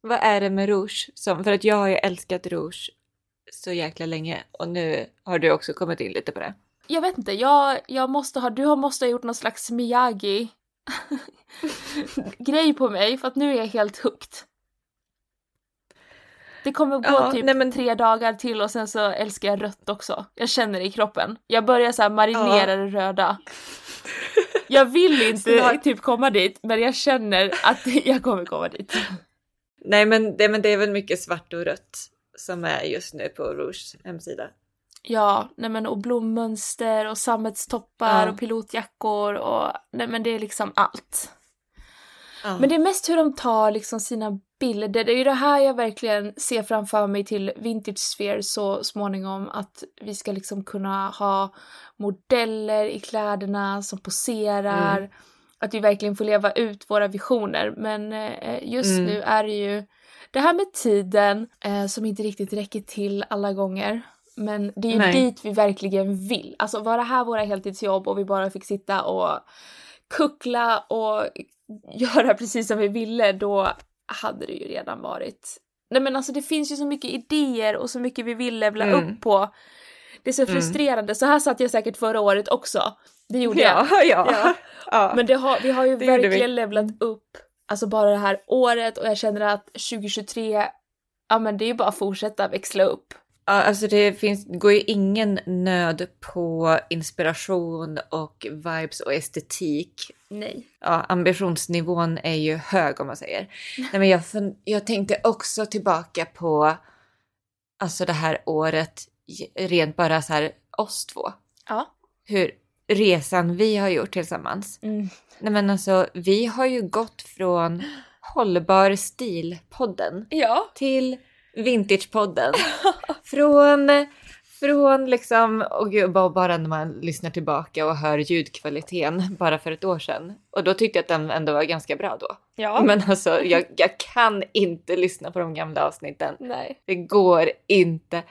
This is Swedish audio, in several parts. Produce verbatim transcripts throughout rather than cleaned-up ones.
vad är det med Rouge som, för att jag har ju älskat Rouge så jäkla länge och nu har du också kommit in lite på det. Jag vet inte, jag, jag måste ha, du har måste ha gjort någon slags Miyagi grej på mig för att nu är jag helt hooked. Det kommer gå ja, typ nej, men... tre dagar till och sen så älskar jag rött också. Jag känner det i kroppen. Jag börjar så här marinera ja. det röda. Jag vill inte Snart. typ komma dit, men jag känner att jag kommer komma dit. Nej, men det, men det är väl mycket svart och rött som är just nu på Rouges hemsida. Ja, nej men och blommönster och sammetstoppar ja. och pilotjackor och nej men det är liksom allt. Ja. Men det är mest hur de tar liksom sina bilder. Det är ju det här jag verkligen ser framför mig till Vintage Sphere så småningom, att vi ska liksom kunna ha modeller i kläderna som poserar, mm. att vi verkligen får leva ut våra visioner. Men eh, just mm. nu är det ju det här med tiden eh, som inte riktigt räcker till alla gånger. Men det är ju Nej. dit vi verkligen vill. Alltså var det här våra heltidsjobb och vi bara fick sitta och kuckla och göra precis som vi ville, då hade det ju redan varit. Nej men alltså det finns ju så mycket idéer och så mycket vi vill levla mm. upp på. Det är så frustrerande. Mm. Så här satt jag säkert förra året också. Det gjorde ja, jag. Ja, ja. ja. Men det har, vi har ju det verkligen levlat upp alltså bara det här året, och jag känner att tjugohundratjugotre, ja men det är ju bara att fortsätta växla upp. Ja, alltså det finns, går ju ingen nöd på inspiration och vibes och estetik. Nej. Ja, ambitionsnivån är ju hög om man säger. Nej, men jag, jag tänkte också tillbaka på alltså det här året, rent bara så här oss två. Ja. Hur resan vi har gjort tillsammans. Mm. Nej men alltså, vi har ju gått från Hållbar stil-podden ja. till Vintage-podden. från, från liksom, och gud, bara när man lyssnar tillbaka och hör ljudkvaliteten bara för ett år sedan. Och då tyckte jag att den ändå var ganska bra då. Ja. Men alltså, jag, jag kan inte lyssna på de gamla avsnitten. Nej. Det går inte.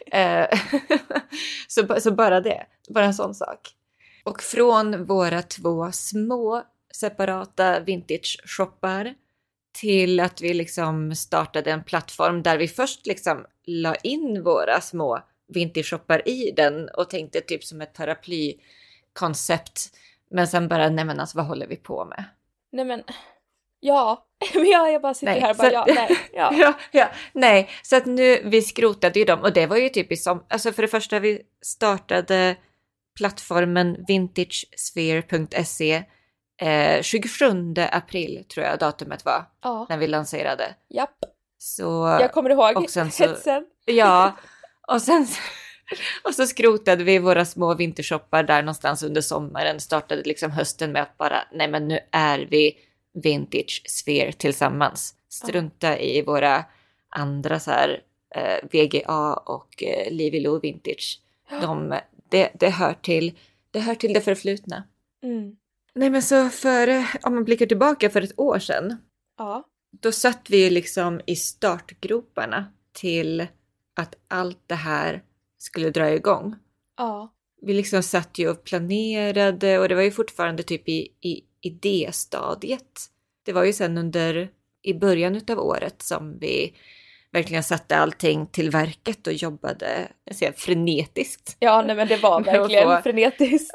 så, så bara det, bara en sån sak. Och från våra två små separata vintage-shoppar till att vi liksom startade en plattform där vi först liksom la in våra små vintage-shoppar i den och tänkte typ som ett paraplykoncept. Men sen bara, nej men alltså vad håller vi på med? Nej men, ja, men jag, jag bara sitter nej, här och bara, att, ja, nej. Ja. ja, ja, nej, så att nu, vi skrotade ju dem och det var ju typ i som, alltså för det första vi startade plattformen vintagesphere punkt se eh, tjugosjunde april tror jag datumet var ja. när vi lanserade. Japp. Så, jag kommer ihåg och sen så, hetsen. Ja, och sen och så skrotade vi våra små vintershoppar där någonstans under sommaren, startade liksom hösten med att bara, nej men nu är vi Vintage Sphere tillsammans. Strunta ja. i våra andra så här eh, V G A och eh, Livy Lou Vintage. De Det, det, hör till, det hör till det förflutna. Mm. Nej men så för, om man blickar tillbaka för ett år sedan. Ja. Då satt vi liksom i startgroparna till att allt det här skulle dra igång. Ja. Vi liksom satt ju och planerade och det var ju fortfarande typ i, i idéstadiet. Det var ju sen under, i början av året som vi verkligen satte allting till verket och jobbade, jag säger, frenetiskt. Ja, nej men det var verkligen få... frenetiskt.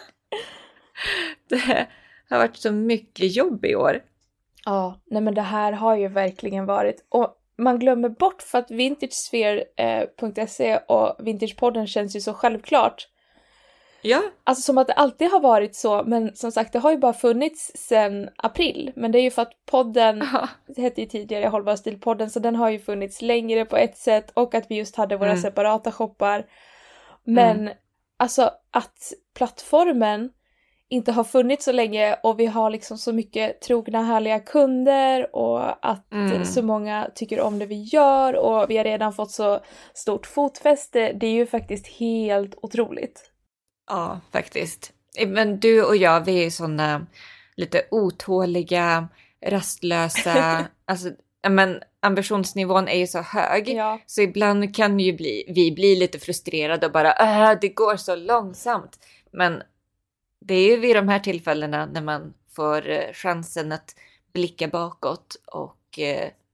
Det har varit så mycket jobb i år. Ja, nej men det här har ju verkligen varit. Och man glömmer bort för att vintagesphere punkt se och Vintagepodden känns ju så självklart. Ja. Alltså som att det alltid har varit så, men som sagt det har ju bara funnits sedan april. Men det är ju för att podden, Aha. det hette ju tidigare Hållbar stil-podden, så den har ju funnits längre på ett sätt och att vi just hade våra mm. separata shoppar. Men mm. alltså att plattformen inte har funnits så länge och vi har liksom så mycket trogna härliga kunder och att mm. så många tycker om det vi gör och vi har redan fått så stort fotfäste, det är ju faktiskt helt otroligt. Ja, faktiskt. Men du och jag, vi är sådana lite otåliga, rastlösa, alltså, men ambitionsnivån är ju så hög, ja. Så ibland kan ju bli, vi bli lite frustrerade och bara, äh, det går så långsamt. Men det är ju vid de här tillfällena när man får chansen att blicka bakåt och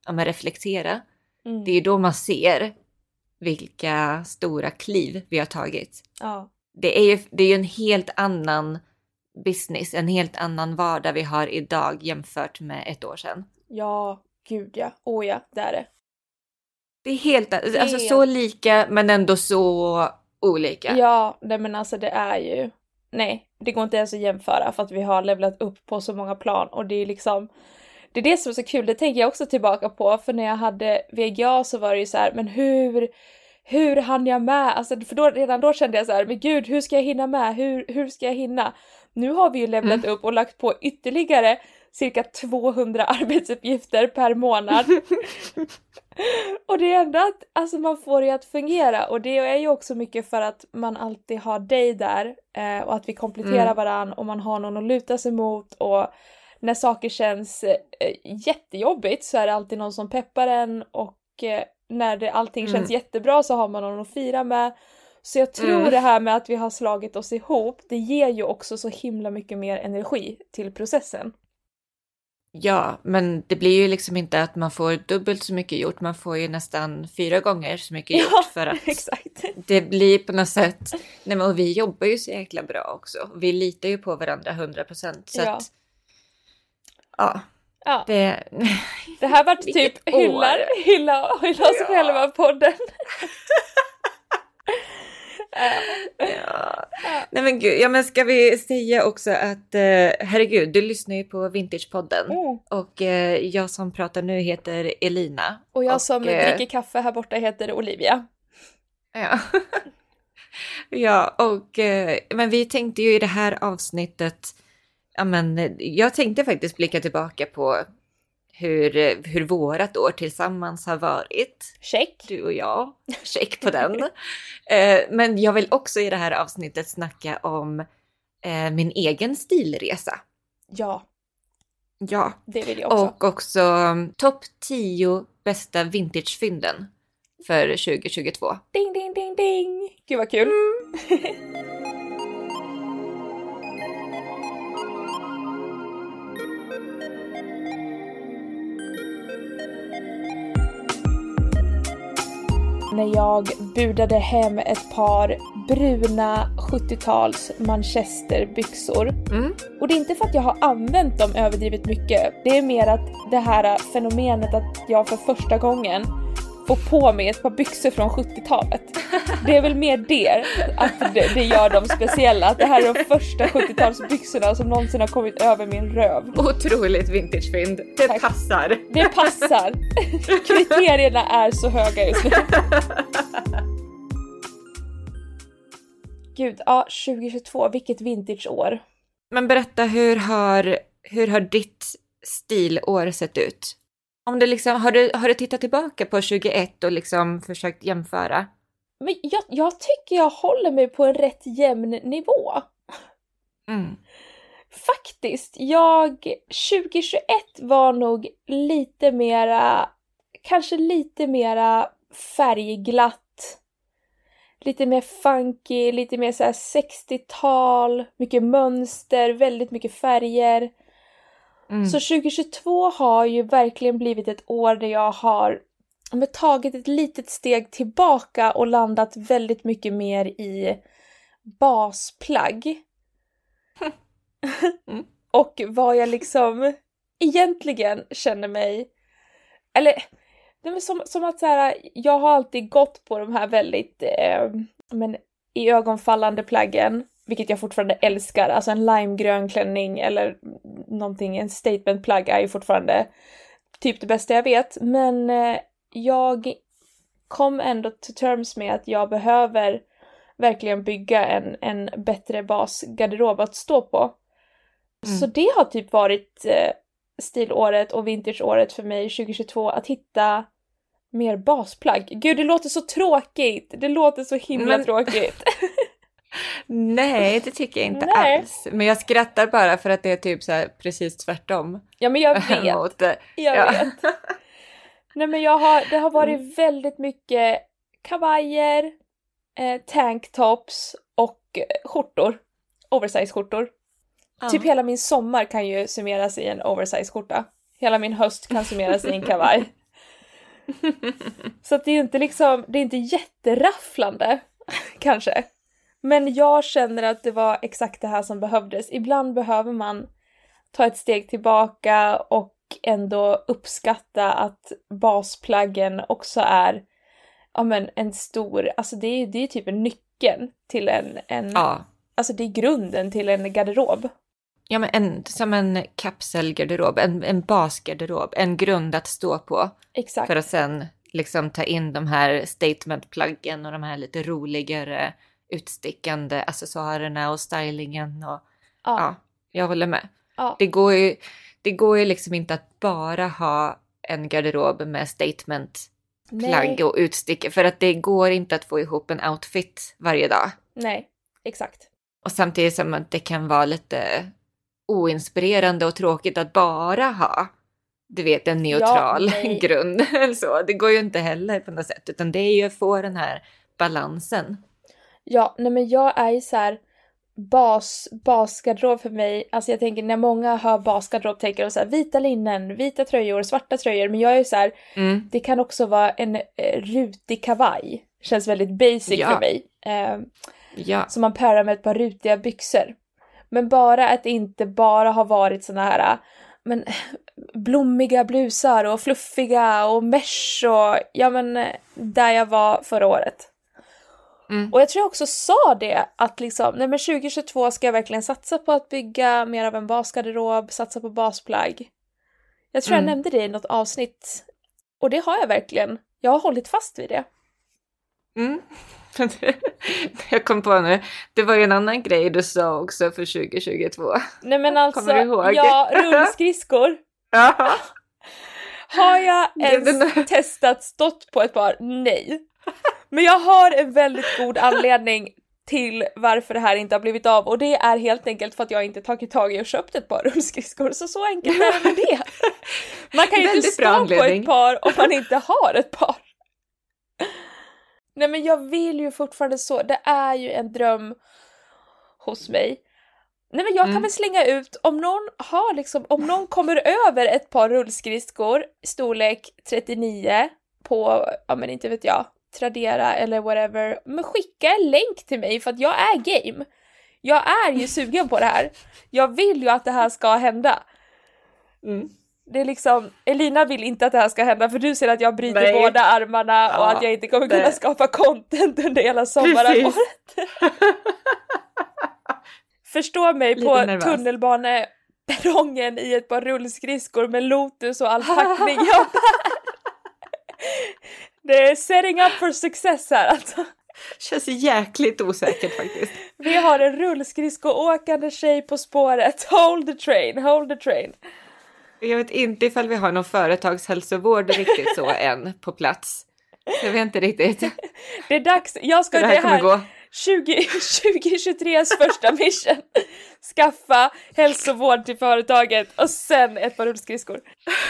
ja, men reflektera. Mm. Det är ju då man ser vilka stora kliv vi har tagit. Ja. Det är ju, det är ju en helt annan business, en helt annan vardag vi har idag jämfört med ett år sedan. Ja, gud ja. Åh ja, det är det. Det är helt, alltså Helt. så lika men ändå så olika. Ja, nej men alltså det är ju... Nej, det går inte ens att jämföra för att vi har levlat upp på så många plan. Och det är liksom... Det är det som är så kul, det tänker jag också tillbaka på. För när jag hade V G A så var det ju så här, men hur... Hur hann jag med? Alltså, för då, redan då kände jag så här, men gud, hur ska jag hinna med? Hur, hur ska jag hinna? Nu har vi ju levlat mm. upp och lagt på ytterligare cirka tvåhundra arbetsuppgifter per månad. Och det är ändå att alltså, man får det att fungera. Och det är ju också mycket för att man alltid har dig där. Eh, och att vi kompletterar mm. varann och man har någon att luta sig mot. Och när saker känns eh, jättejobbigt så är det alltid någon som peppar en. Och eh, när det, allting mm. känns jättebra så har man någon att fira med. Så jag tror mm. det här med att vi har slagit oss ihop, det ger ju också så himla mycket mer energi till processen. Ja, men det blir ju liksom inte att man får dubbelt så mycket gjort. Man får ju nästan fyra gånger så mycket gjort. Ja, för att exakt. Det blir på något sätt... Nej, men och vi jobbar ju så jäkla bra också. Vi litar ju på varandra hundra procent. Så ja. att... Ja. Ja. Det, det här var typ hyllar, hylla, hylla oss ja. själva podden. Ja. Ja. Nej men gud, ja men ska vi säga också att eh, herregud, du lyssnar ju på Vintagepodden mm. och eh, jag som pratar nu heter Elina. Och jag och, som eh, dricker kaffe här borta heter Olivia. Ja. Ja, och eh, men vi tänkte ju i det här avsnittet, ja men jag tänkte faktiskt blicka tillbaka på hur, hur vårat år tillsammans har varit. Check. Du och jag. Check på den. eh, men jag vill också i det här avsnittet snacka om eh, min egen stilresa. Ja. Ja. Det vill jag också. Och också um, topp tio bästa vintagefynden för tjugo tjugotvå. Ding, ding, ding, ding. Gud vad kul. Mm. När jag budade hem ett par bruna sjuttio-tals manchesterbyxor. Mm. Och det är inte för att jag har använt dem överdrivet mycket. Det är mer att det här fenomenet att jag för första gången får på mig ett par byxor från sjuttiotalet. Det är väl mer det, att det, det gör dem speciella. Att det här är de första sjuttio-talsbyxorna som någonsin har kommit över min röv. Otroligt vintagefynd. Det Tack. passar. Det passar. Kriterierna är så höga just nu. Gud, ja, tjugo tjugotvå, vilket vintageår. Men berätta, hur har, hur har ditt stilår sett ut? Om du liksom, har, du, har du tittat tillbaka på tjugoett och liksom försökt jämföra? Men jag, jag tycker jag håller mig på en rätt jämn nivå. Mm. Faktiskt, jag tjugo tjugoett var nog lite mera, kanske lite mera färgglatt. Lite mer funky, lite mer så här sextiotal, mycket mönster, väldigt mycket färger. Mm. Så tjugo tjugotvå har ju verkligen blivit ett år där jag har men, tagit ett litet steg tillbaka och landat väldigt mycket mer i basplagg. Mm. Och vad jag liksom egentligen känner mig, eller det är som, som att så här, jag har alltid gått på de här väldigt eh, men, i ögonfallande plaggen. Vilket jag fortfarande älskar. Alltså en limegrön klänning eller någonting, en statementplagg är ju fortfarande typ det bästa jag vet. Men eh, jag kom ändå till terms med att jag behöver verkligen bygga en, en bättre basgarderob att stå på. Mm. Så det har typ varit eh, stilåret och vintageåret för mig tjugo tjugotvå, att hitta mer basplagg. Gud, det låter så tråkigt. Det låter så himla Men... tråkigt. Nej, det tycker jag inte Nej. alls. Men jag skrattar bara för att det är typ så här precis tvärtom. Ja, men jag vet. Mot, jag ja. vet. Nej, men jag har, det har varit mm. väldigt mycket kavajer, eh, tanktops och eh, skjortor. Oversize-skjortor. Ja. Typ hela min sommar kan ju summeras i en oversize-skjorta. Hela min höst kan summeras i en kavaj. Så att det är inte liksom, det är inte jätterafflande kanske. Men jag känner att det var exakt det här som behövdes. Ibland behöver man ta ett steg tillbaka och ändå uppskatta att basplaggen också är ja, men en stor, alltså det är, det är typ en nyckeln till en, en Ja. Alltså det är grunden till en garderob. Ja, men en, som en kapselgarderob, en, en basgarderob, en grund att stå på. Exakt. För att sen liksom ta in de här statementplaggen och de här lite roligare utstickande accessoarerna och stylingen. Och, ja. ja, jag håller med. Ja. Det går ju, det går ju liksom inte att bara ha en garderob med statementplagg och utstick. För att det går inte att få ihop en outfit varje dag. Nej, exakt. Och samtidigt som att det kan vara lite oinspirerande och tråkigt att bara ha, du vet, en neutral ja, grund. Så, det går ju inte heller på något sätt, utan det är ju att få den här balansen. Ja, nej men jag är ju så här bas, basgarderob för mig. Alltså jag tänker när många hör basgarderob tänker de så här vita linnen, vita tröjor, svarta tröjor. Men jag är ju så här, mm. det kan också vara en eh, rutig kavaj. Känns väldigt basic ja. för mig. Eh, ja. Som man parar med ett par rutiga byxor. Men bara att det inte bara har varit såna här men, blommiga blusar och fluffiga och mesh och ja men där jag var förra året. Mm. Och jag tror jag också sa det att liksom, nej men tjugo tjugotvå ska jag verkligen satsa på att bygga mer av en basgarderob, satsa på basplagg. Jag tror mm. jag nämnde det i något avsnitt. Och det har jag verkligen. Jag har hållit fast vid det. Mm. Jag kom på nu, det var ju en annan grej du sa också för tjugo tjugotvå. Nej men alltså, kommer du ihåg? Ja, rullskridskor. Har jag ens testat stått på ett par? Nej. Men jag har en väldigt god anledning till varför det här inte har blivit av. Och det är helt enkelt för att jag inte tagit tag i och köpt ett par rullskridskor. Så så enkelt är det med det. Man kan ju inte stå på ett par om man inte har ett par. Nej men jag vill ju fortfarande så. Det är ju en dröm hos mig. Nej men jag kan mm. väl slänga ut om någon har liksom, om någon kommer över ett par rullskridskor storlek trettionio på, ja men inte vet jag, Tradera eller whatever. Men skicka en länk till mig för att jag är game. Jag är ju sugen på det här. Jag vill ju att det här ska hända. Mm. Det är liksom, Elina vill inte att det här ska hända för du ser att jag bryter Nej. båda armarna ja, och att jag inte kommer kunna det. skapa content under hela sommaren. Förstå mig Lite på nervös. tunnelbaneperrongen i ett par rullskridskor med Lotus och all packning jag bär. Det är setting up for success här alltså. Känns jäkligt osäkert faktiskt. Vi har en rullskridsko-åkande tjej på spåret. Hold the train, hold the train. Jag vet inte ifall vi har någon företagshälsovård riktigt så än på plats. Jag vet inte riktigt. Det är dags. Jag ska det här, det här gå. tjugo tjugotres första mission. Skaffa hälsovård till företaget och sen ett par rullskridskor.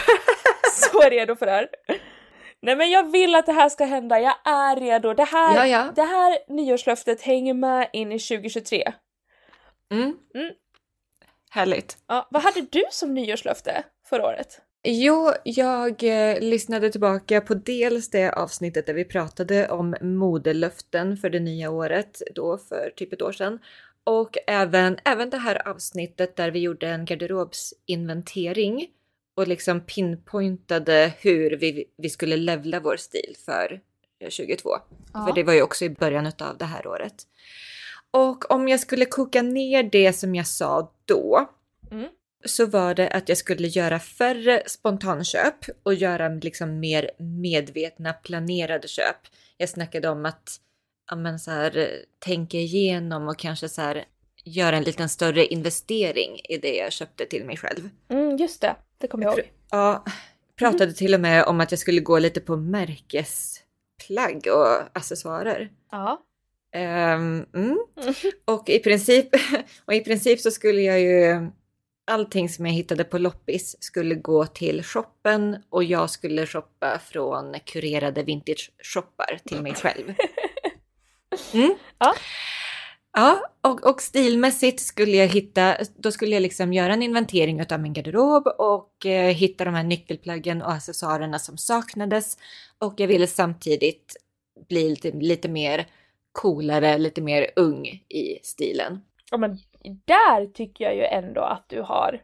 Så redo för det här. Nej men jag vill att det här ska hända. Jag är redo. Det här, ja, ja. Det här nyårslöftet hänger med in i tjugo tjugotre. Mm. Mm. Härligt. Ja, vad hade du som nyårslöfte förra året? Jo, jag eh, lyssnade tillbaka på dels det avsnittet där vi pratade om modelöften för det nya året då för typ ett år sedan. Och även, även det här avsnittet där vi gjorde en garderobsinventering och liksom pinpointade hur vi, vi skulle levla vår stil för tjugotvå. Ja. För det var ju också i början av det här året. Och om jag skulle koka ner det som jag sa då mm. så var det att jag skulle göra färre spontanköp och göra liksom mer medvetna planerade köp. Jag snackade om att ja, men så här, tänka igenom och kanske så här, göra en liten större investering i det jag köpte till mig själv. Mm, just det, det kommer jag ihåg. Ja, pratade mm. till och med om att jag skulle gå lite på märkesplagg och accessoarer. Ja. Um, mm. Mm. Och, i princip, och i princip så skulle jag ju allting som jag hittade på loppis skulle gå till shoppen och jag skulle shoppa från kurerade vintage shoppar till mig själv. Mm. Ja. Ja, och, och stilmässigt skulle jag hitta, då skulle jag liksom göra en inventering av min garderob och eh, hitta de här nyckelplaggen och accessoarerna som saknades. Och jag ville samtidigt bli lite, lite mer coolare, lite mer ung i stilen. Ja, men där tycker jag ju ändå att du har.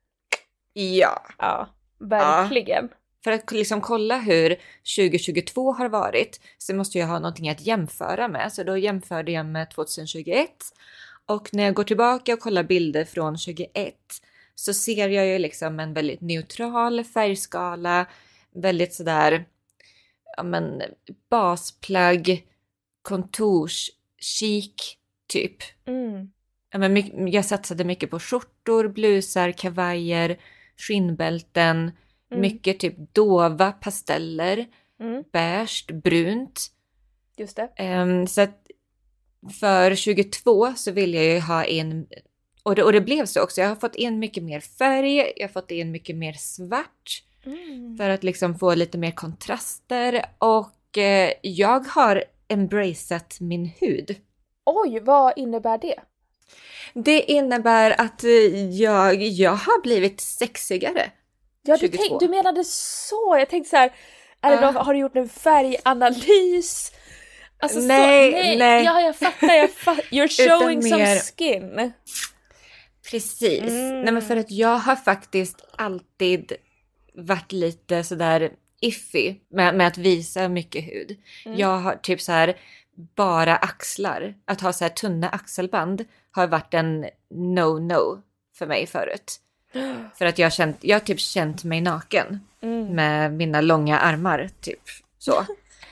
Ja. Ja, verkligen. Ja. För att liksom kolla hur tjugo tjugotvå har varit så måste jag ha någonting att jämföra med. Så då jämförde jag med tjugohundratjugoett. Och när jag går tillbaka och kollar bilder från tjugoett så ser jag ju liksom en väldigt neutral färgskala. Väldigt sådär, ja men basplagg, kontors, chic typ. Mm. Ja, men jag satsade mycket på skjortor, blusar, kavajer, skinnbälten. Mm. Mycket typ dova pasteller, mm. beige, brunt. Just det. Um, så att för tjugotvå så vill jag ju ha in, och det, och det blev så också, jag har fått in mycket mer färg, jag har fått in mycket mer svart. Mm. För att liksom få lite mer kontraster och eh, jag har embraceat min hud. Oj, vad innebär det? Det innebär att jag, jag har blivit sexigare. Ja, du, tänk, du menade så. Jag tänkte så här, är det uh. då, har du gjort en färganalys? Alltså, nej, så, nej, nej. Ja, jag fattar. Jag fattar. You're showing mer... some skin. Precis. Mm. Nej, men för att jag har faktiskt alltid varit lite sådär iffy med, med att visa mycket hud. Mm. Jag har typ så här bara axlar. Att ha så här tunna axelband har varit en no-no för mig förut. För att jag har, känt, jag har typ känt mig naken mm. med mina långa armar typ så.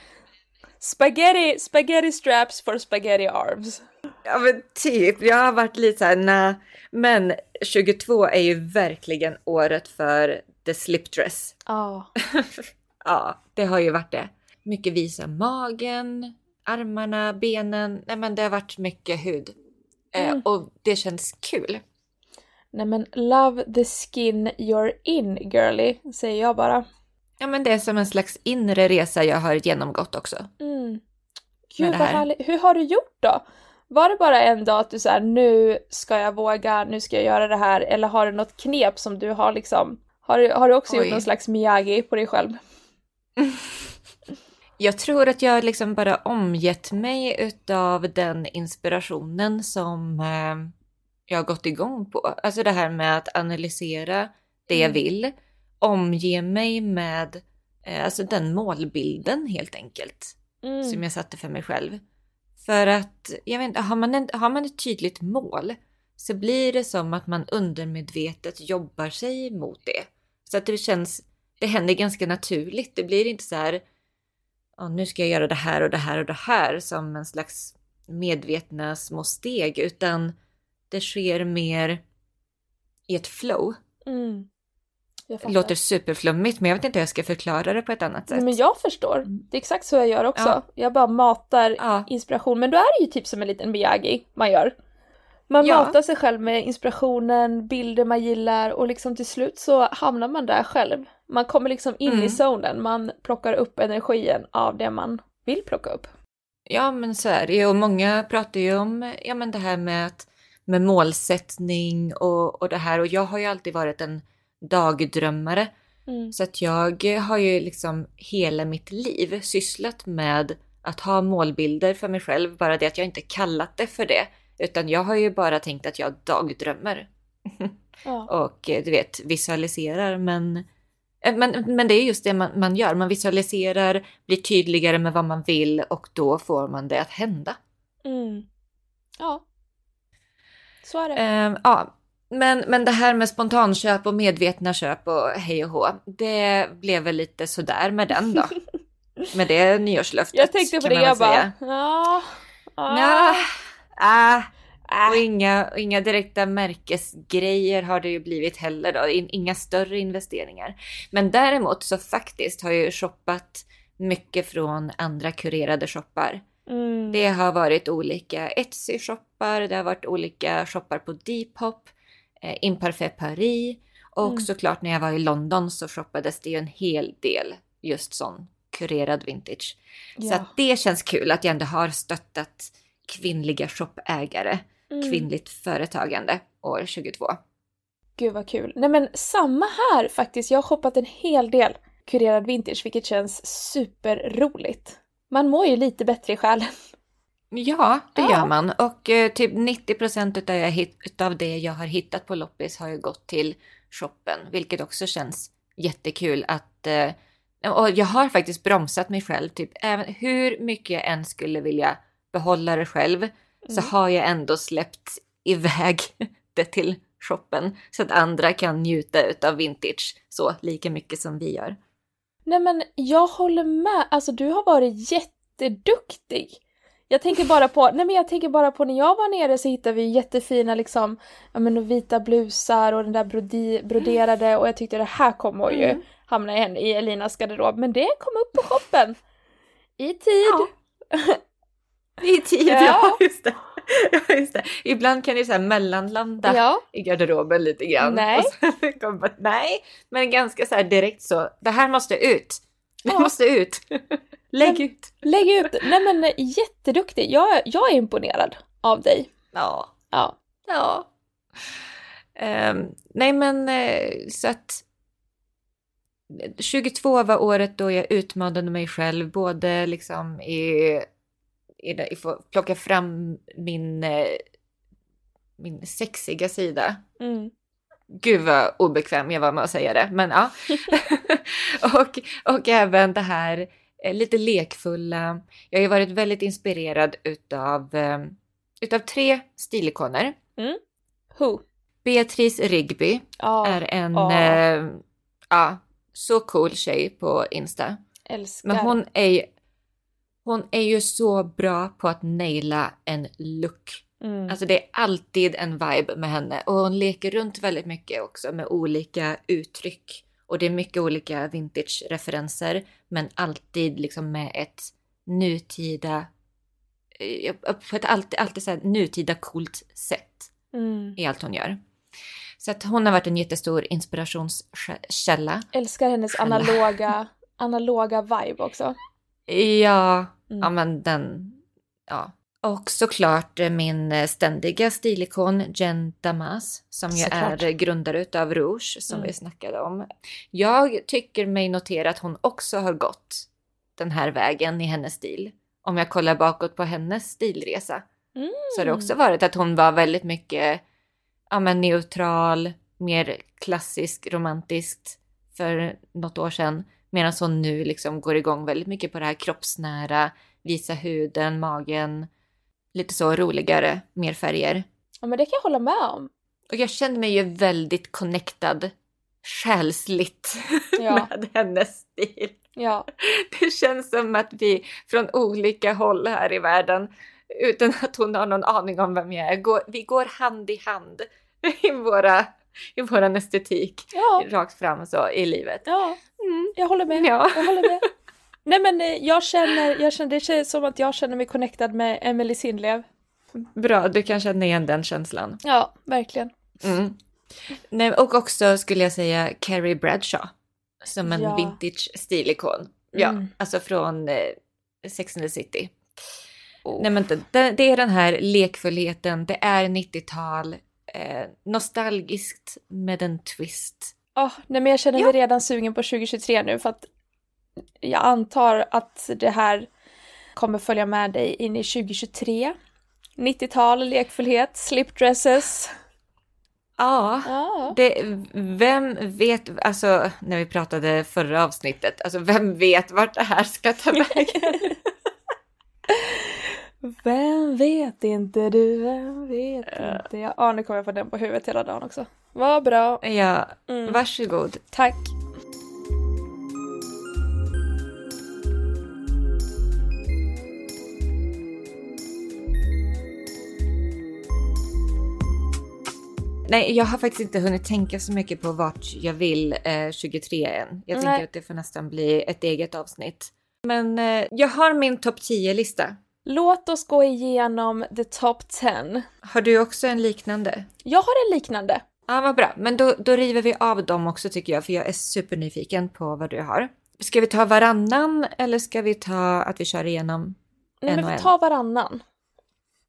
Spaghetti, spaghetti straps for spaghetti arms. Ja men typ, jag har varit lite så här, nej. Men tjugotvå är ju verkligen året för the slipdress. Ja. Oh. Ja, det har ju varit det. Mycket visa magen, armarna, benen. Nej men det har varit mycket hud. Mm. Eh, och det känns kul. Nej men love the skin you're in, girly, säger jag bara. Ja men det är som en slags inre resa jag har genomgått också. Mm. Gud vad härligt. Hur har du gjort då? Var det bara en dag att du så här, nu ska jag våga, nu ska jag göra det här? Eller har du något knep som du har liksom, har du, har du också Oj. gjort någon slags Miyagi på dig själv? Jag tror att jag liksom bara omgett mig utav den inspirationen som eh, jag har gått igång på. Alltså det här med att analysera det mm. jag vill. Omge mig med eh, alltså den målbilden helt enkelt. Mm. Som jag satte för mig själv. För att, jag vet inte, har man, en, har man ett tydligt mål så blir det som att man undermedvetet jobbar sig mot det. Så att det känns, det händer ganska naturligt. Det blir inte så här, oh, nu ska jag göra det här och det här och det här som en slags medvetna små steg. Utan det sker mer i ett flow. Mm. Det låter superflummigt, men jag vet inte hur jag ska förklara det på ett annat sätt. Nej, men jag förstår. Det är exakt så jag gör också. Ja. Jag bara matar ja. inspiration. Men då är det ju typ som en liten Miyagi man gör. Man ja. matar sig själv med inspirationen, bilder man gillar. Och liksom till slut så hamnar man där själv. Man kommer liksom in mm. i zonen. Man plockar upp energin av det man vill plocka upp. Ja, men så är det ju. Och många pratar ju om ja, men det här med, att, med målsättning och, och det här. Och jag har ju alltid varit en dagdrömmare. Mm. Så att jag har ju liksom hela mitt liv sysslat med att ha målbilder för mig själv. Bara det att jag inte kallat det för det. Utan jag har ju bara tänkt att jag dagdrömmer. Ja. Och du vet, visualiserar. Men, men, men det är just det man, man gör. Man visualiserar, blir tydligare med vad man vill. Och då får man det att hända. Mm. Ja. Så är det. Um, ja. Men, men det här med spontanköp och medvetna köp och hej och hå, det blev väl lite sådär med den då. Med det nyårslöftet. Jag tänkte på det, jag bara, ja, ja, ah, ah. Och inga, inga direkta märkesgrejer har det ju blivit heller då. Inga större investeringar. Men däremot så faktiskt har jag ju shoppat mycket från andra kurerade shoppar. Mm. Det har varit olika Etsy-shoppar, det har varit olika shoppar på Depop. Imparfait Paris och mm. såklart när jag var i London så shoppades det ju en hel del just sån kurerad vintage. Ja. Så att det känns kul att jag ändå har stöttat kvinnliga shoppägare, Mm. kvinnligt företagande år tjugotvå. Gud vad kul. Nej men samma här faktiskt. Jag har shoppat en hel del kurerad vintage, vilket känns superroligt. Man mår ju lite bättre i själen. Ja, det Ja. gör man. Och eh, typ nittio procent utav, jag hit, utav det jag har hittat på loppis har ju gått till shoppen. Vilket också känns jättekul att... Eh, och jag har faktiskt bromsat mig själv. Typ, även hur mycket jag än skulle vilja behålla det själv. Mm. Så har jag ändå släppt iväg det till shoppen. Så att andra kan njuta utav vintage så lika mycket som vi gör. Nej men jag håller med. Alltså du har varit jätteduktig. Jag tänker bara på, nej men jag tänker bara på när jag var nere så hittade vi jättefina liksom, ja men vita blusar och den där brodi, broderade och jag tyckte det här kommer ju mm. hamna igen i Elinas garderob. Men det kom upp på shoppen. I tid. Ja. I tid, ja. ja just det. Ja, just det. Ibland kan det så här mellanlanda ja. i garderoben lite grann. Nej. Och så kommer bara, nej, men ganska så här direkt så. Det här måste ut. Det ja. måste ut. Lägg men, ut. Lägg ut. Nej men jätteduktig. Jag, jag är imponerad av dig. Ja. Ja. Ja. Um, nej men uh, så att tjugotvå var året då jag utmanade mig själv. Både liksom i... i, i plocka fram min, uh, min sexiga sida. Mm. Gud vad obekväm jag var med att säga det. Men ja. och, och även det här lite lekfulla. Jag har ju varit väldigt inspirerad utav, utav tre stilikoner. Mm. Who? Beatrice Rigby oh. är en oh. äh, ja, så cool tjej på Insta. Älskar. Men hon är, hon är ju så bra på att naila en look. Mm. Alltså det är alltid en vibe med henne. Och hon leker runt väldigt mycket också med olika uttryck. Och det är mycket olika vintage-referenser. Men alltid liksom med ett nutida... På ett alltid, alltid så här nutida coolt sätt. Mm. I allt hon gör. Så att hon har varit en jättestor inspirationskälla. Älskar hennes Källa. analoga, analoga vibe också. Ja, mm. ja men den... Ja. Och såklart min ständiga stilikon Jen Damas som ju såklart. är grundare utav Rouge som mm. vi snackade om. Jag tycker mig notera att hon också har gått den här vägen i hennes stil. Om jag kollar bakåt på hennes stilresa mm. så har det också varit att hon var väldigt mycket ja, men neutral, mer klassisk, romantiskt för något år sedan. Medan hon nu liksom går igång väldigt mycket på det här kroppsnära, visa huden, magen. Lite så roligare, mer färger. Ja, men det kan jag hålla med om. Och jag kände mig ju väldigt connectad, själsligt ja. med hennes stil. Ja. Det känns som att vi från olika håll här i världen, utan att hon har någon aning om vem jag är, går, vi går hand i hand i, våra, i våran estetik. Ja. Rakt fram så i livet. Ja, mm. jag håller med. Ja. Jag håller med. Nej men jag känner, jag känner, det känns som att jag känner mig connectad med Emily Sindlev. Bra, du kan känna igen den känslan. Ja, verkligen. Mm. Nej, och också skulle jag säga Carrie Bradshaw. Som en ja. vintage stilikon. Ja, mm. alltså från eh, Sex and the City. Oh. Nej men det, det är den här lekfullheten, det är nittiotal. Eh, nostalgiskt med en twist. Oh, nej men jag känner mig ja. redan sugen på tjugohundratjugotre nu för att jag antar att det här kommer följa med dig in i tjugohundratjugotre. nittiotal, lekfullhet, slipdresses. Ja, ah. det, vem vet, alltså när vi pratade förra avsnittet, alltså vem vet vart det här ska ta vägen? Vem vet inte du, vem vet uh. inte jag. Ja, nu kommer jag få den på huvudet hela dagen också. Vad bra. Ja, mm. varsågod. Tack. Nej, jag har faktiskt inte hunnit tänka så mycket på vart jag vill eh, tjugotre än. Jag Nej. tänker att det får nästan bli ett eget avsnitt. Men eh, jag har min topp tio-lista. Låt oss gå igenom the top tio. Har du också en liknande? Jag har en liknande. Ja, vad bra. Men då, då river vi av dem också tycker jag. För jag är supernyfiken på vad du har. Ska vi ta varannan eller ska vi ta att vi kör igenom Nej, en men och vi en? tar varannan.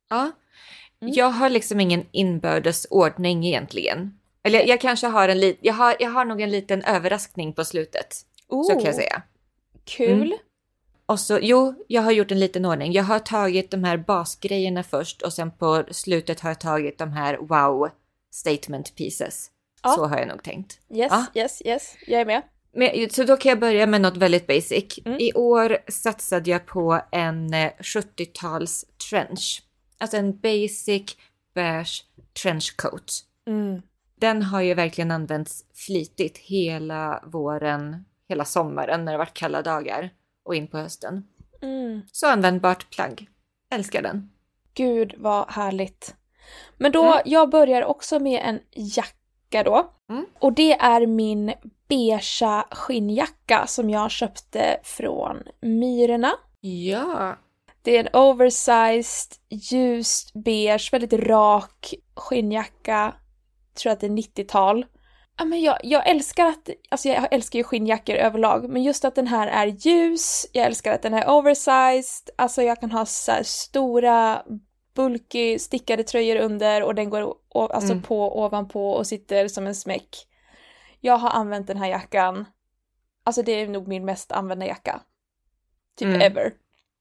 Ja, mm. jag har liksom ingen inbördes ordning egentligen. Eller jag, jag kanske har en liten, jag har, jag har nog en liten överraskning på slutet. Oh. Så kan jag säga. Kul. Mm. Och så, jo, jag har gjort en liten ordning. Jag har tagit de här basgrejerna först och sen på slutet har jag tagit de här wow statement pieces. Ja. Så har jag nog tänkt. Yes, ja. yes, yes. Jag är med. Men, så då kan jag börja med något väldigt basic. Mm. I år satsade jag på en sjuttio-tals trench. Alltså en basic beige trenchcoat. Mm. Den har ju verkligen använts flitigt hela våren, hela sommaren när det varit kalla dagar och in på hösten. Mm. Så användbart plagg. Älskar den. Gud vad härligt. Men då, mm. jag börjar också med en jacka då. Mm. Och det är min beigea skinnjacka som jag köpte från Myrorna. Ja. Det är en oversized, ljust beige, väldigt rak skinnjacka. Jag tror att det är nittiotal. Ja, men jag, jag älskar att, alltså jag älskar ju skinnjackor överlag, men just att den här är ljus, jag älskar att den är oversized, alltså jag kan ha så här stora, bulky, stickade tröjor under och den går alltså mm. på ovanpå och sitter som en smäck. Jag har använt den här jackan, alltså det är nog min mest använda jacka. Typ mm. ever.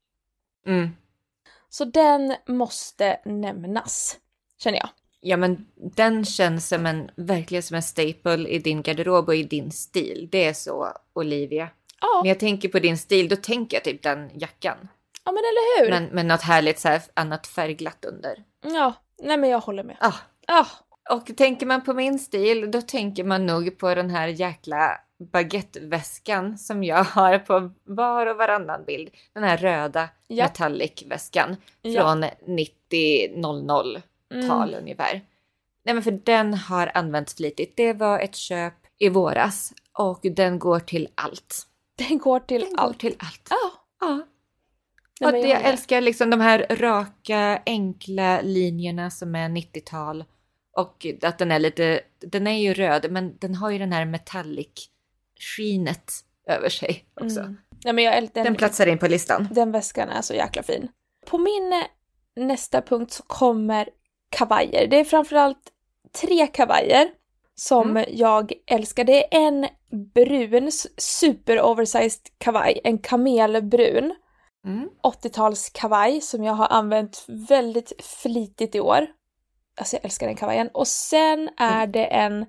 Mm. Så den måste nämnas, känner jag. Ja, men den känns som en, verkligen som en staple i din garderob och i din stil. Det är så, Olivia. Ja. När jag tänker på din stil, då tänker jag typ den jackan. Ja, men eller hur? Men, men något härligt så här annat färgglatt under. Ja, nej men jag håller med. Ja. Ah. Ah. Och tänker man på min stil, då tänker man nog på den här jäkla baguetteväskan som jag har på var och varannan bild. Den här röda ja. metallic-väskan ja. från nittio noll noll. tal mm. ungefär. Nej, men för den har använts flitigt. Det var ett köp i våras och den går till allt. Den går till den allt. Går till allt. Ja. Ja. Och jag, jag älskar liksom de här raka, enkla linjerna som är nittiotal och att den är lite, den är ju röd men den har ju den här metallic skinet över sig också. Mm. Ja, men jag, den, den platsar in på listan. Den väskan är så jäkla fin. På min nästa punkt så kommer kavajer. Det är framförallt tre kavajer som mm. jag älskar. Det är en brun, super oversized kavaj. En kamelbrun. Mm. åttio-tals kavaj som jag har använt väldigt flitigt i år. Alltså jag älskar den kavajen. Och sen är mm. det en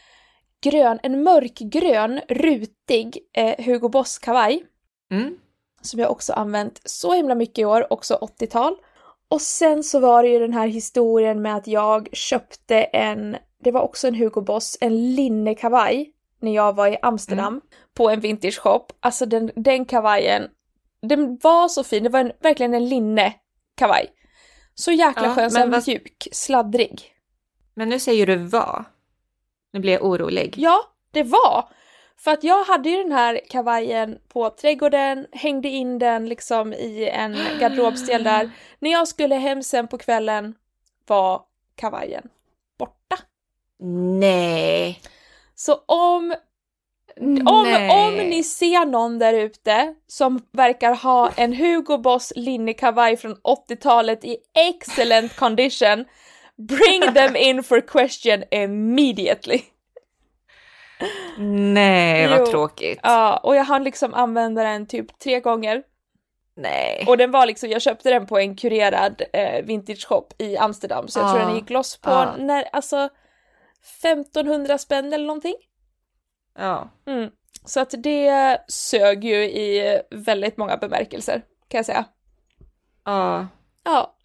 grön, en mörkgrön, rutig eh, Hugo Boss kavaj. Mm. Som jag också använt så himla mycket i år. Också åttio-tal. Och sen så var det ju den här historien med att jag köpte en, det var också en Hugo Boss, en linnekavaj när jag var i Amsterdam mm. på en vintage shop. Alltså den, den kavajen, den var så fin, det var en, verkligen en linnekavaj. Så jäkla ja, skön, så vad... mjuk, sladdrig. Men nu säger du vad? Nu blir jag orolig. Ja, det var. För att jag hade ju den här kavajen på trädgården, hängde in den liksom i en garderobsdel där. När jag skulle hem sen på kvällen var kavajen borta. Nej. Så om, om, om ni ser någon där ute som verkar ha en Hugo Boss linnekavaj från åttio-talet i excellent condition, bring them in for question immediately. Nej, vad jo. tråkigt. Ja, och jag hann liksom använda den typ tre gånger. Nej. Och den var liksom, jag köpte den på en kurerad eh, vintage shop i Amsterdam. Så jag ah. tror den gick loss på ah. när, alltså femtonhundra spänn eller någonting. Ja. Mm. Så att det sög ju i väldigt många bemärkelser, kan jag säga. Ja. Ja.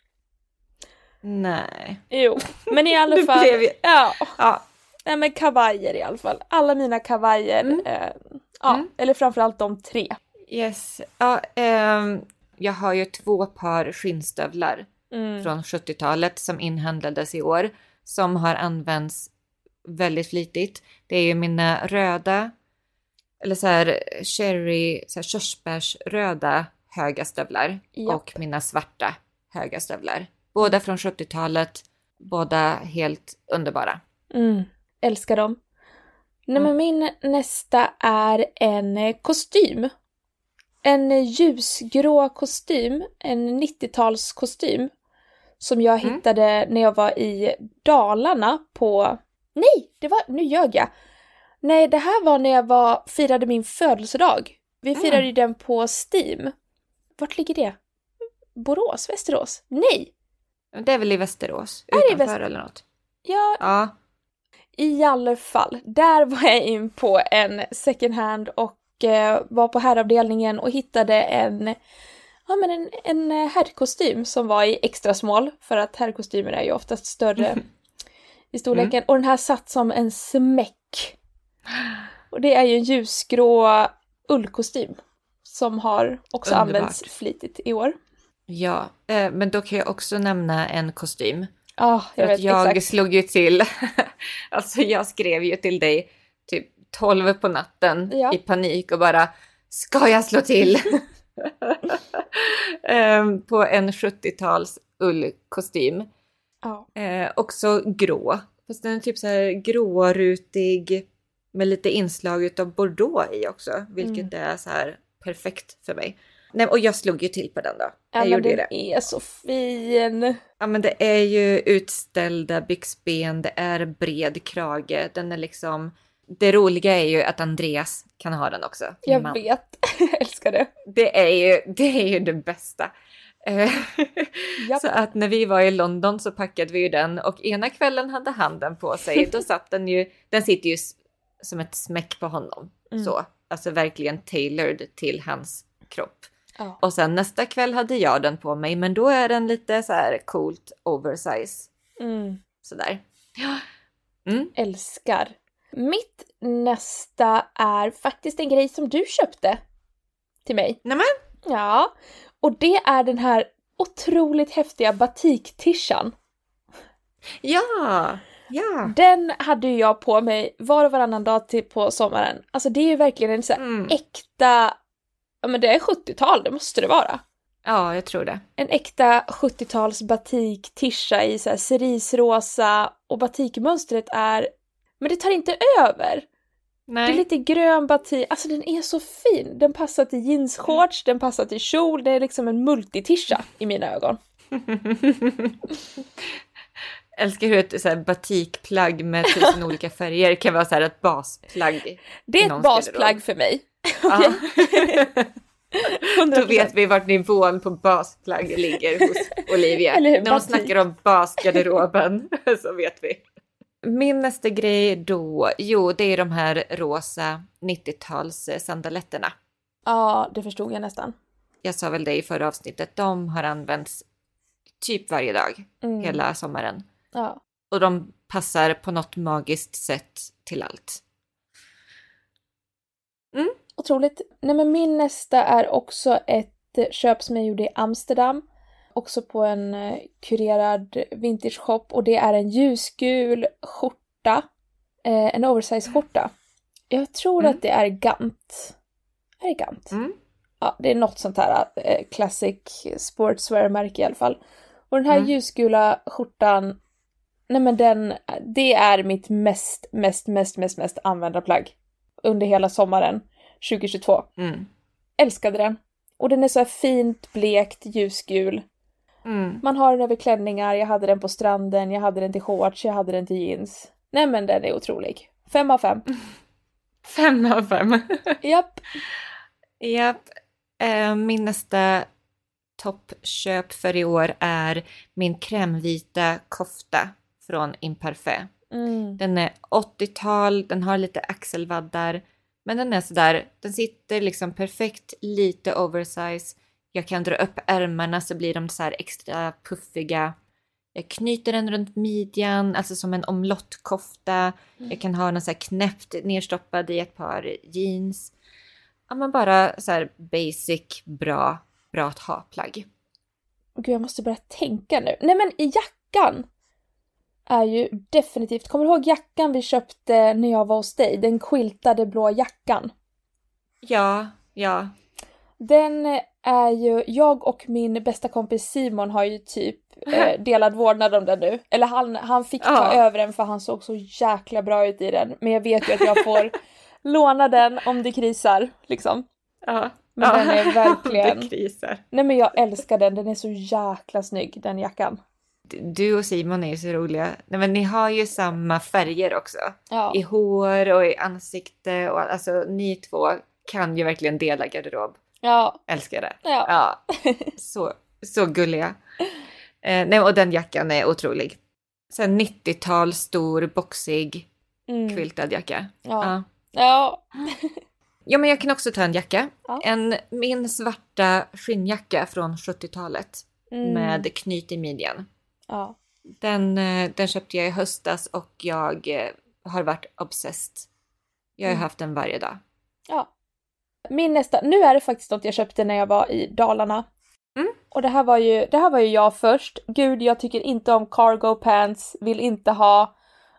Nej. Jo, men i alla fall. Blev ju... Ja. Ja. Nej, men kavajer i alla fall. Alla mina kavajer. Mm. Eh, ja, mm. Eller framförallt de tre. Yes. Ja, eh, jag har ju två par skinnstövlar mm. från sjuttio-talet som inhandlades i år. Som har använts väldigt flitigt. Det är ju mina röda, eller så här cherry, så här körsbärsröda höga stövlar. Japp. Och mina svarta höga stövlar. Båda från sjuttio-talet. Båda helt underbara. Mm. Älskar dem. Nej, men min nästa är en kostym. En ljusgrå kostym. En nittio-tals kostym. som jag Mm. hittade när jag var i Dalarna på... Nej, det var... Nu ljög jag. Nej, det här var när jag var, firade min födelsedag. Vi Mm. firade ju den på Steam. Vart ligger det? Borås? Västerås? Nej! Det är väl i Västerås? Är det i Utanför Väst- eller något? Ja, Ja. i alla fall. Där var jag in på en second hand och eh, var på herravdelningen och hittade en, ja, men en, en herrkostym som var i extra smal. För att herrkostymer är ju oftast större i storleken. Mm. Och den här satt som en smäck. Och det är ju en ljusgrå ullkostym som har också Underbart. använts flitigt i år. Ja, eh, men då kan jag också nämna en kostym. Ja, För jag att vet jag exakt. slog ju till, alltså jag skrev ju till dig typ tolv på natten Ja. i panik och bara, ska jag slå till? Ehm, på en sjuttio-tals ullkostym. Ja. Eh, också grå. Fast den är typ så här grårutig med lite inslag utav bordeaux i också. Vilket är så här perfekt för mig. Nej, och jag slog ju till på den då. Ja, Jag men gjorde ju den det. är så fin. Ja, men det är ju utställda byxben, det är bred krage, den är liksom... Det roliga är ju att Andreas kan ha den också. min Jag man. vet. Jag älskar det. Det är ju det, är ju det bästa. Eh, Japp. så att när vi var i London så packade vi ju den och ena kvällen hade han den på sig. Då satt den ju, den sitter ju s- som ett smäck på honom. Mm. Så, alltså verkligen tailored till hans kropp. Ja. Och sen nästa kväll hade jag den på mig, men då är den lite så här coolt oversize. Mm. Sådär. Ja. Mm. Älskar. Mitt nästa är faktiskt en grej som du köpte till mig. Nämen. Ja, och det är den här otroligt häftiga batik-tishan. Ja, ja. Den hade ju jag på mig var och varannan dag till på sommaren. Alltså det är ju verkligen en så här Mm. äkta, ja men det är sjuttiotal, det måste det vara. Ja, jag tror det. En äkta sjuttio-tals batik-tisha i så här cerisrosa och batikmönstret är, men det tar inte över. Nej. Det är lite grön batik, alltså den är så fin. Den passar till jeansshorts, den passar till kjol, det är liksom en multitisha i mina ögon. Älskar hur ett så här, batikplagg med tusen olika färger kan vara så här ett basplagg. Det i är ett någons basplagg garderob. för mig. Ja. hundra Då procent. vet vi vart nivån på basplagg ligger hos Olivia. Eller hur, När hon batik. snackar om basgarderoben så vet vi. Min nästa grej då, jo det är de här rosa nittio-tals sandaletterna. Ja, det förstod jag nästan. Jag sa väl det i förra avsnittet, de har använts typ varje dag Mm. hela sommaren. Ja. Och de passar på något magiskt sätt till allt. Otroligt. Nej, men min nästa är också ett eh, köp som jag gjorde i Amsterdam. Också på en eh, kurerad vintage shop. Och det är en ljusgul skjorta. Eh, en oversize skjorta. Jag tror Mm. att det är Gant. Är det Gant? Mm. Ja, det är något sånt här eh, classic sportswear-märke i alla fall. Och den här Mm. ljusgula skjortan, nej men den, det är mitt mest, mest, mest, mest, mest använda plagg under hela sommaren tjugohundratjugotvå. Mm. Älskade den. Och den är så här fint, blekt, ljusgul. Mm. Man har den över klänningar, jag hade den på stranden, jag hade den till shorts, jag hade den till jeans. Nej men den är otrolig. Fem av fem. Fem av fem. Japp. Japp. Eh, min nästa toppköp för i år är min krämvita kofta från Imparfait. Mm. Den är åttiotal, den har lite axelvaddar. Men den är sådär, den sitter liksom perfekt, lite oversize. Jag kan dra upp ärmarna så blir de så här extra puffiga. Jag knyter den runt midjan, alltså som en omlottkofta. Jag kan ha den så här knäppt nerstoppad i ett par jeans. Ja, men bara så här basic, bra, bra att ha plagg. Gud, jag måste börja tänka nu. Nej men i jackan är ju definitivt, kommer du ihåg jackan vi köpte när jag var hos dig? Den quiltade blå jackan. Ja, ja. Den är ju, jag och min bästa kompis Simon har ju typ eh, delad vårdnad om den nu. Eller han, han fick ta Ja. över den för han såg så jäkla bra ut i den. Men jag vet ju att jag får låna den om det krisar, liksom. Ja. Men den är verkligen... Det krisar. Nej men jag älskar den, den är så jäkla snygg, den jackan. du och Simon är ju så roliga. Nej, men ni har ju samma färger också. Ja. I hår och i ansikte. Och, alltså ni två kan ju verkligen dela garderob. Ja. Älskar det. Ja. Ja. Så, så gulliga. Eh, nej, och den jackan är otrolig. Sen nittiotal stor, boxig, Mm. quiltad jacka. Ja. Ja. Ja. Ja, men jag kan också ta en jacka. Ja. En, min svarta skinnjacka från sjuttiotalet. Mm. Med knyt i midjan. Ja. Den, eh, den köpte jag i höstas och jag eh, har varit obsessed. Jag har Mm. haft den varje dag. Ja. Min nästa, nu är det faktiskt något jag köpte när jag var i Dalarna. Mm. Och det här var ju, det här var ju jag först. Gud, jag tycker inte om cargo pants, vill inte ha.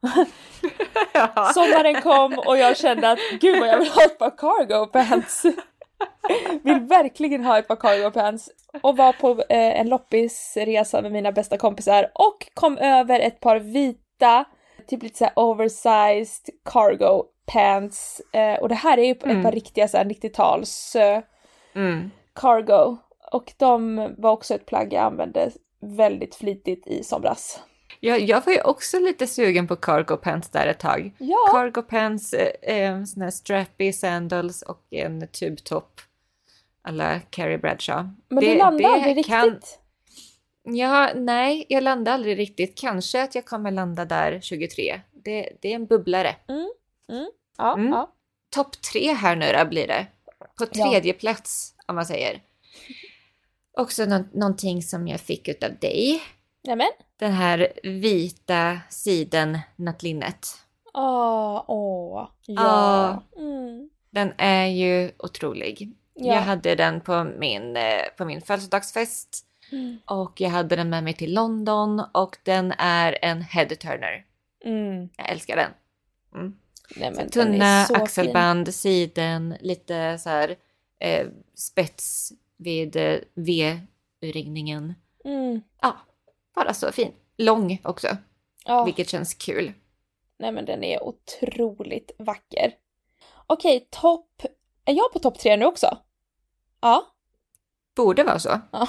Ja. Sommaren kom och jag kände att gud vad jag vill ha ett par cargo pants. Vill verkligen ha ett par cargo pants. Och var på eh, en loppisresa med mina bästa kompisar och kom över ett par vita, typ lite så här oversized cargo pants. Eh, och det här är ju mm. ett par riktiga så här nittio-tals eh, Mm. cargo. Och de var också ett plagg jag använde väldigt flitigt i somras. Jag, jag var ju också lite sugen på cargo pants där ett tag. Ja. Cargo pants, eh, såna här strappy sandals och en tubtopp. Alla Carrie Bradshaw. Men det, du landade aldrig kan... riktigt. Ja, nej, jag landade aldrig riktigt. Kanske att jag kommer landa där tjugotre. Det, det är en bubblare. Mm. Mm. Ja, Mm. ja. Topp tre här nu då blir det. På tredje ja. plats, om man säger. Också nå- någonting som jag fick utav dig. Nämen. Den här vita siden nattlinnet. Åh, åh. Ja. Ah, mm. Den är ju otrolig. Ja. Jag hade den på min, eh, på min födelsedagsfest. Mm. Och jag hade den med mig till London. Och den är en head-turner. Mm. Jag älskar den. Mm. Nej, men Tunna så axelband, fin. siden, lite så här eh, spets vid eh, V-urringningen. Mm. Ja, bara så fin. Lång också, Ja. vilket känns kul. Nej, men den är otroligt vacker. Okej, topp... Är jag på topp tre nu också? Ja. Borde vara så. Ja.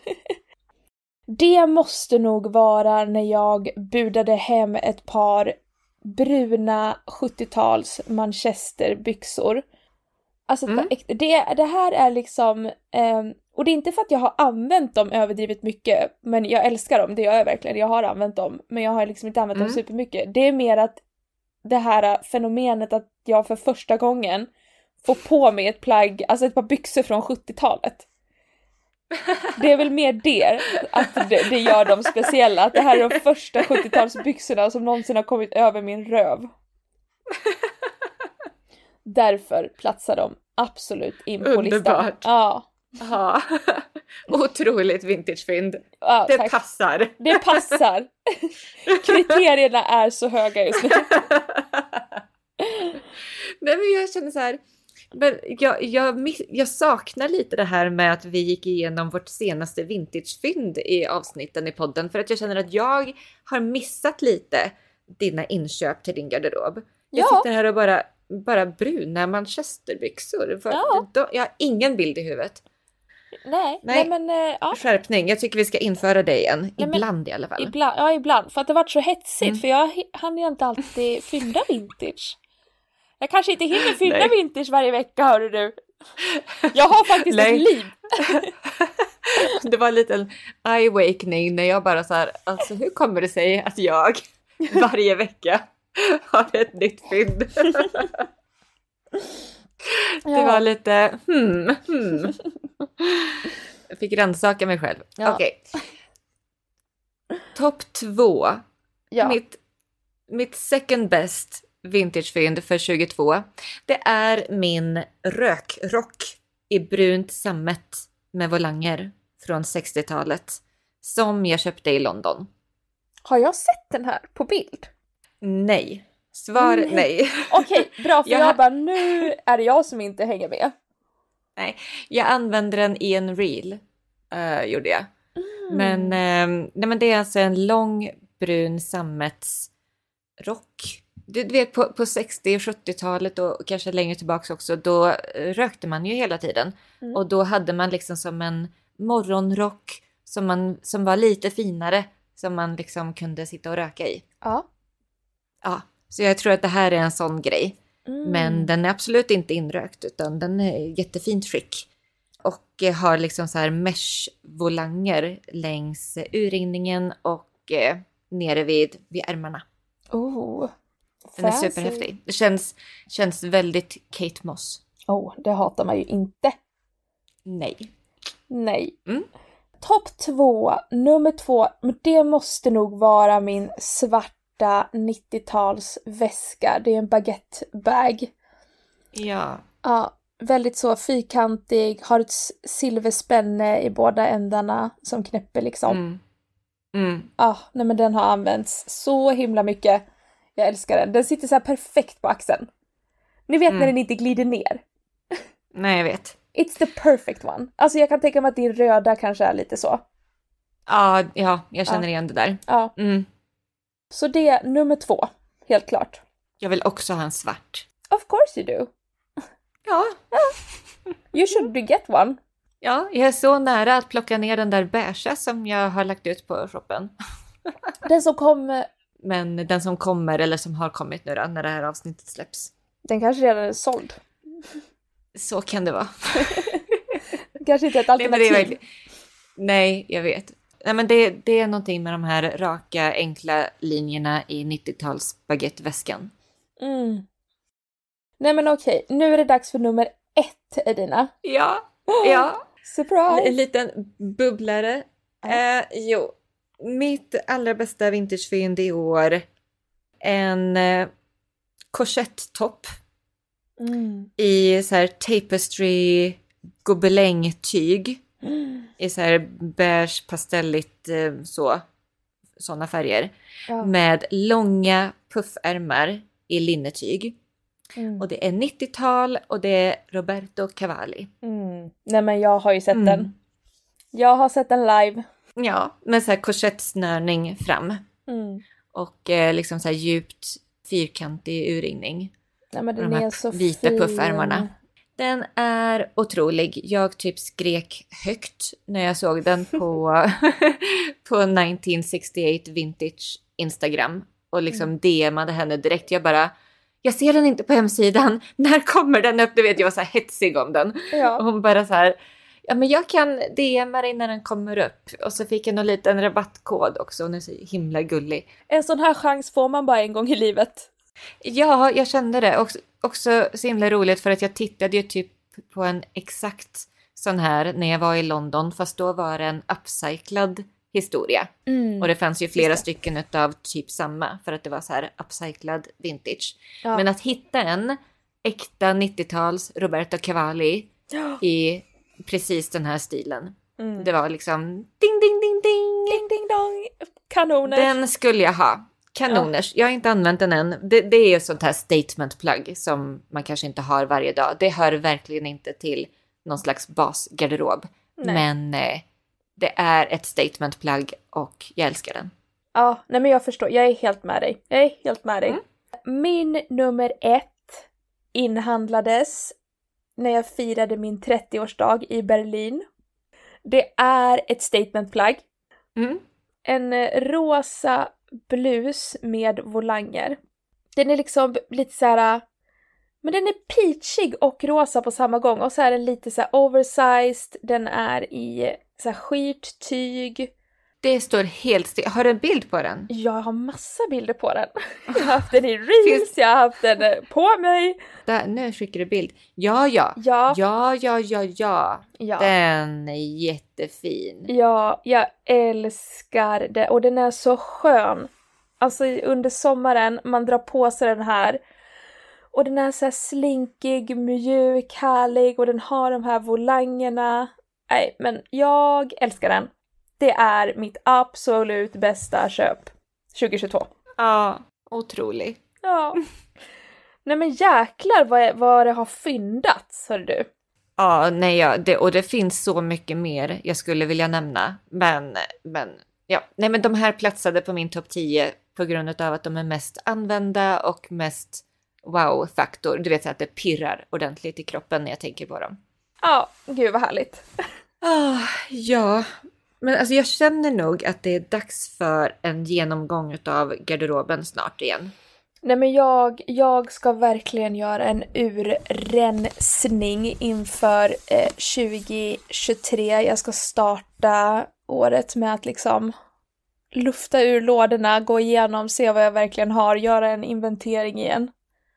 Det måste nog vara när jag budade hem ett par bruna sjuttio-tals manchesterbyxor. Alltså Mm. det, det här är liksom, eh, och det är inte för att jag har använt dem överdrivet mycket, men jag älskar dem, det gör jag verkligen, jag har använt dem, men jag har liksom inte använt Mm. dem supermycket. Det är mer att det här fenomenet att jag för första gången får på mig ett plagg, alltså ett par byxor från sjuttio-talet. Det är väl mer det, att det, det gör dem speciella, att det här är de första sjuttio-talsbyxorna som någonsin har kommit över min röv. Därför platsar de absolut in på Underbart. listan. Ja. Ja, otroligt vintagefynd. Ja, Det tack. passar. Det passar. Kriterierna är så höga just nu. Nej, men jag känner så här, men jag, jag, miss- jag saknar lite det här med att vi gick igenom vårt senaste vintagefynd i avsnitten i podden, för att jag känner att jag har missat lite dina inköp till din garderob. Jag Ja. sitter här och bara, bara bruna manchesterbyxor. För Ja. då, jag har ingen bild i huvudet. Nej, Nej. nej men äh, ja. Skärpning, jag tycker vi ska införa det igen. Nej, men- Ibland i alla fall. Ibland, ja, ibland. För att det varit så hetsigt. Mm. För jag hann ju inte alltid fynda vintage. Jag kanske inte hinner fynda Nej. vintage varje vecka, hör du. Jag har faktiskt Nej. ett liv. Det var en liten eye-awakening när jag bara så här, alltså hur kommer det sig att jag varje vecka har ett nytt fynd? Det Ja. var lite, hmm, hmm. Jag fick rannsaka mig själv. Ja. Okej. Topp två. Ja. Mitt, mitt second best vintagefynd för tjugotvå. Det är min rökrock i brunt sammet med volanger från sextiotalet. Som jag köpte i London. Har jag sett den här på bild? Nej. Svar Nej. nej. Okej, bra. För Jag jag, har- bara, nu är det jag som inte hänger med. Nej. Jag använde den i en reel. Uh, gjorde jag. Mm. Men, eh, nej, men det är alltså en lång brun sammetsrock. Du, du vet på, på sextio- och sjuttiotalet och kanske längre tillbaka också, då eh, rökte man ju hela tiden. Mm. Och då hade man liksom som en morgonrock som, man, som var lite finare som man liksom kunde sitta och röka i. Ja. Ja, så jag tror att det här är en sån grej. Mm. Men den är absolut inte inrökt utan den är i jättefint skick. Och eh, har liksom så här mesh-volanger längs urringningen och eh, nere vid, vid ärmarna. Oh, den är fancy. superhäftig. Det känns, känns väldigt Kate Moss. Oh, det hatar man ju inte. Nej. Nej. Mm. Topp två, nummer två, men det måste nog vara min svarta nittio-tals väska. Det är en baguette-bag. Ja. Ja, väldigt så fyrkantig, har ett silverspänne i båda ändarna som knäpper liksom. Mm. Mm. Ja, nej men den har använts så himla mycket. Jag älskar den. Den sitter så här perfekt på axeln. Ni vet Mm. när den inte glider ner. Nej, jag vet. It's the perfect one. Alltså jag kan tänka mig att din röda kanske är lite så. Ja, ja jag känner Ja. igen det där. Ja. Mm. Så det är nummer två, helt klart. Jag vill också ha en svart. Of course you do. Ja. You should get one. Ja, jag är så nära att plocka ner den där beiga som jag har lagt ut på shoppen. Den som kom, Men den som kommer, eller som har kommit nu då, när det här avsnittet släpps. den kanske redan är såld. Så kan det vara. Kanske inte ett Nej, men det är alternativ. verkligen... Nej, jag vet. Nej, men det, det är någonting med de här raka, enkla linjerna i nittio-tals baguetteväskan. Mm. Nej men okej, nu är det dags för nummer ett, Edina. Ja, ja. Surprise! En liten bubblare. Ja. Eh, jo, mitt allra bästa vintagefynd i år. En eh, korsetttopp Mm. i så här tapestry gobelängtyg. Mm. I så här beige, pastelligt, eh, så. Såna färger. Ja. Med långa puffärmar i linnetyg. Mm. Och det är nittio-tal och det är Roberto Cavalli. Mm. Nej men jag har ju sett Mm. den. Jag har sett den live. Ja, med så här korsettsnörning fram. Mm. Och eh, liksom så här djupt fyrkantig urringning. Nej men Och den de här är så vita fin. puffärmarna. Den är otrolig. Jag typ skrek högt när jag såg den på, på nittonhundrasextioåtta Vintage Instagram. Och liksom Mm. D M:ade henne direkt. Jag bara, jag ser den inte på hemsidan. När kommer den upp? Du vet, jag var så här hetsig om den. Och Ja. hon bara så här, ja men jag kan D M:a dig när den kommer upp. Och så fick jag någon liten rabattkod också. Hon är så himla gullig. En sån här chans får man bara en gång i livet. Ja, jag kände det. Också, också så himla roligt för att jag tittade ju typ på en exakt sån här när jag var i London. Fast då var det en upcyclad historia. Mm. Och det fanns ju flera Just det. stycken utav typ samma. För att det var så här upcyclad vintage. Ja. Men att hitta en äkta nittio-tals Roberto Cavalli i precis den här stilen. Mm. Det var liksom ding, ding, ding, ding. Ding ding dong. Kanoner. Den skulle jag ha. Kanoners. Jag har inte använt den än. Det, det är ju sånt här statement plug som man kanske inte har varje dag. Det hör verkligen inte till någon slags basgarderob. Nej. Men eh, det är ett statement plug och jag älskar den. Ja, nej men jag förstår. Jag är helt med dig. Jag är helt med dig. Mm. Min nummer ett inhandlades när jag firade min trettioårsdag i Berlin. Det är ett statement plug. Mm. En eh, rosa blus med volanger. Den är liksom lite så här, men den är peachig och rosa på samma gång. Och så är den lite så här oversized. Den är i så här skirt tyg. Det står helt still. Har du en bild på den? Jag har massa bilder på den. Jag har haft den i reels, jag har haft den eh, på mig. Där, nu skickar du bild. Ja, ja. Ja, Ja, ja, ja, ja. ja. Den är jättefin. Ja, jag älskar det. Och den är så skön. Alltså under sommaren, man drar på sig den här. Och den är så här slinkig, mjuk, härlig. Och den har de här volangerna. Nej, men jag älskar den. Det är mitt absolut bästa köp tjugohundratjugotvå. Ja, otrolig. Ja. Nej men jäklar vad, vad det har fyndats, hör du. Ja, nej, ja, det, och det finns så mycket mer jag skulle vilja nämna. Men, men, ja, nej, men de här platsade på min topp tio på grund av att de är mest använda och mest wow-faktor. Du vet så att det pirrar ordentligt i kroppen när jag tänker på dem. Ja, gud vad härligt. Ah, ja, Men alltså jag känner nog att det är dags för en genomgång av garderoben snart igen. Nej men jag, jag ska verkligen göra en urrensning inför eh, tjugo tjugotre. Jag ska starta året med att liksom lufta ur lådorna, gå igenom, se vad jag verkligen har, göra en inventering igen.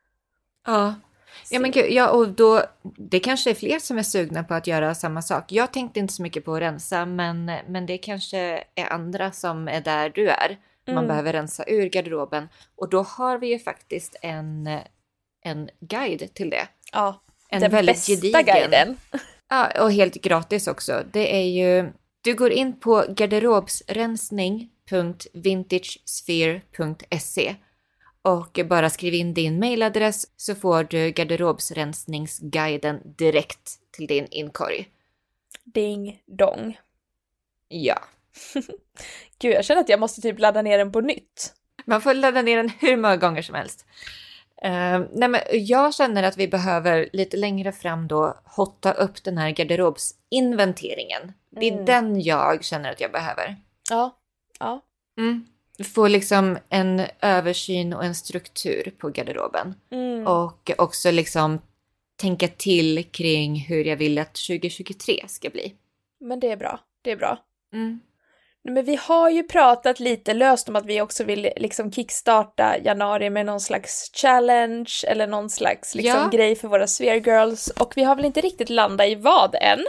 Ja. Ja, men gud, ja, och då, det kanske är fler som är sugna på att göra samma sak. Jag tänkte inte så mycket på att rensa, men, men det kanske är andra som är där du är. Man mm. behöver rensa ur garderoben. Och då har vi ju faktiskt en, en guide till det. Ja, en den väldigt bästa gedigen guiden. Ja, och helt gratis också. Det är ju, du går in på garderobsrensning punkt vintagesphere punkt se och bara skriv in din mailadress så får du garderobsrensningsguiden direkt till din inkorg. Ding dong. Ja. Gud, jag känner att jag måste typ ladda ner den på nytt. Man får ladda ner den hur många gånger som helst. Uh, nej men jag känner att vi behöver lite längre fram då hotta upp den här garderobsinventeringen. Det är mm. den jag känner att jag behöver. Ja, ja. Mm. Få liksom en översyn och en struktur på garderoben. Mm. Och också liksom tänka till kring hur jag vill att tjugo tjugotre ska bli. Men det är bra, det är bra. Mm. Men vi har ju pratat lite löst om att vi också vill liksom kickstarta januari med någon slags challenge eller någon slags liksom ja. grej för våra Sphere Girls. Och vi har väl inte riktigt landat i vad än.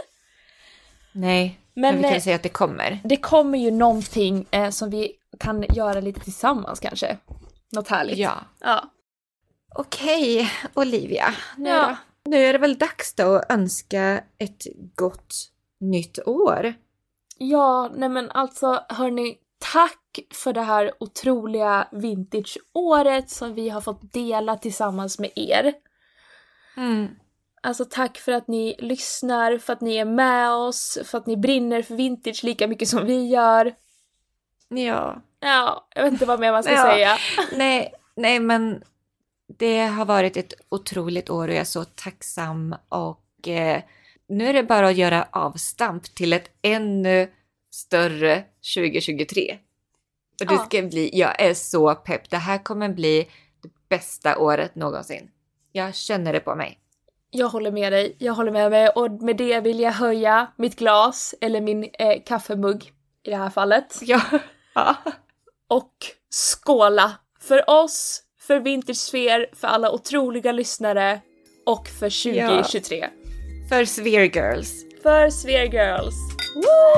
Nej, men, men vi kan säga att det kommer. Det kommer ju någonting eh, som vi kan göra lite tillsammans kanske. Något härligt. Ja. ja. Okej, Olivia. Nu, ja. nu är det väl dags då att önska ett gott nytt år. Ja, nej men alltså hörni, tack för det här otroliga vintageåret som vi har fått dela tillsammans med er. Mm. Alltså tack för att ni lyssnar, för att ni är med oss, för att ni brinner för vintage lika mycket som vi gör. Ja. Ja, jag vet inte vad mer man ska ja. säga. Nej, nej, men det har varit ett otroligt år och jag är så tacksam och eh, nu är det bara att göra avstamp till ett ännu större tjugo tjugotre. Och det ja. ska bli, jag är så pepp. Det här kommer bli det bästa året någonsin. Jag känner det på mig. Jag håller med dig, jag håller med mig och med det vill jag höja mitt glas eller min eh, kaffemugg i det här fallet. Ja. ja. Och skåla för oss, för Vintage Sphere, för alla otroliga lyssnare och för tjugo tjugotre. Ja. För Sphere Girls. För Sphere Girls. Woo!